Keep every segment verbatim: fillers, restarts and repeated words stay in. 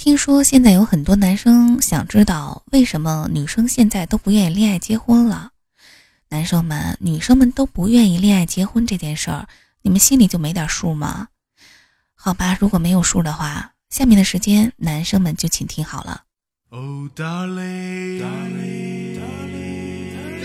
听说现在有很多男生想知道为什么女生现在都不愿意恋爱结婚了。男生们，女生们都不愿意恋爱结婚这件事儿，你们心里就没点数吗？好吧，如果没有数的话，下面的时间男生们就请听好了。 Oh darling, darling, darling,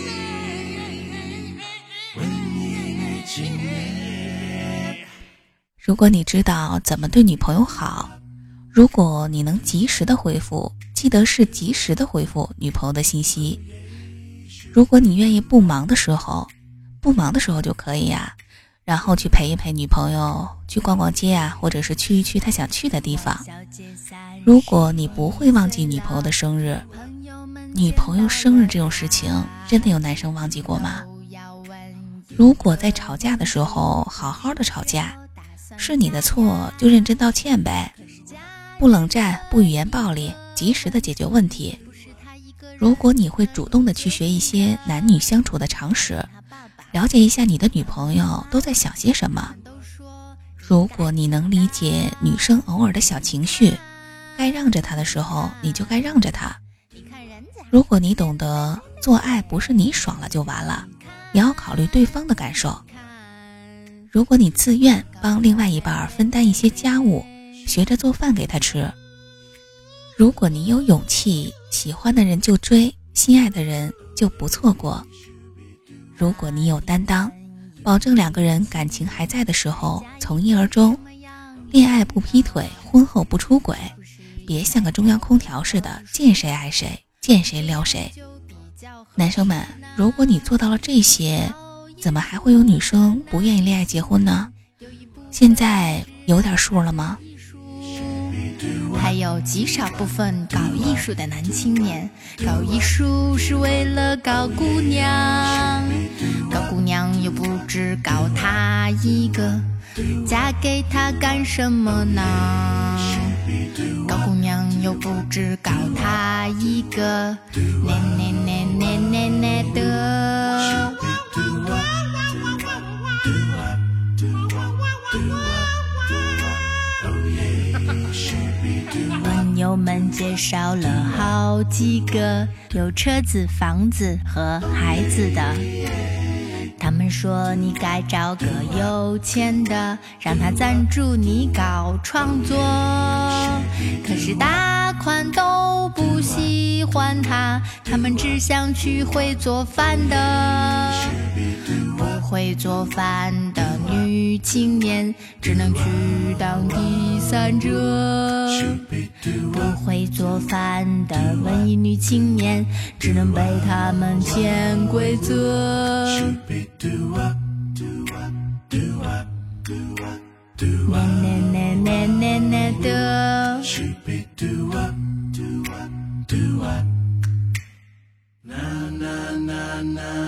问你今夜。 如果你知道怎么对女朋友好，如果你能及时的回复，记得是及时的回复女朋友的信息。如果你愿意不忙的时候，不忙的时候就可以呀、啊，然后去陪一陪女朋友，去逛逛街啊，或者是去一去她想去的地方。如果你不会忘记女朋友的生日，女朋友生日这种事情，真的有男生忘记过吗？如果在吵架的时候好好的吵架，是你的错就认真道歉呗，不冷战，不语言暴力，及时的解决问题。如果你会主动的去学一些男女相处的常识，了解一下你的女朋友都在想些什么。如果你能理解女生偶尔的小情绪，该让着她的时候你就该让着她。如果你懂得做爱不是你爽了就完了，也要考虑对方的感受。如果你自愿帮另外一半分担一些家务，学着做饭给他吃。如果你有勇气，喜欢的人就追，心爱的人就不错过。如果你有担当，保证两个人感情还在的时候从一而终，恋爱不劈腿，婚后不出轨，别像个中央空调似的，见谁爱谁，见谁撩谁。男生们，如果你做到了这些，怎么还会有女生不愿意恋爱结婚呢？现在有点数了吗？ 还有极少部分搞艺术的男青年，搞艺术是为了搞姑娘，搞姑娘又不只搞他一个，嫁给他干什么呢？搞姑娘又不只搞他一个，呢呢呢呢呢呢的。朋友们介绍了好几个有车子、房子和孩子的，他们说你该找个有钱的，让他赞助你搞创作。可是大款都不喜欢他，他们只想娶会做饭的。不会做饭的女青年只能去当第三者，不会做饭的文艺女青年只能被他们潜规则。呢呢呢呢呢呢的。 Na na na na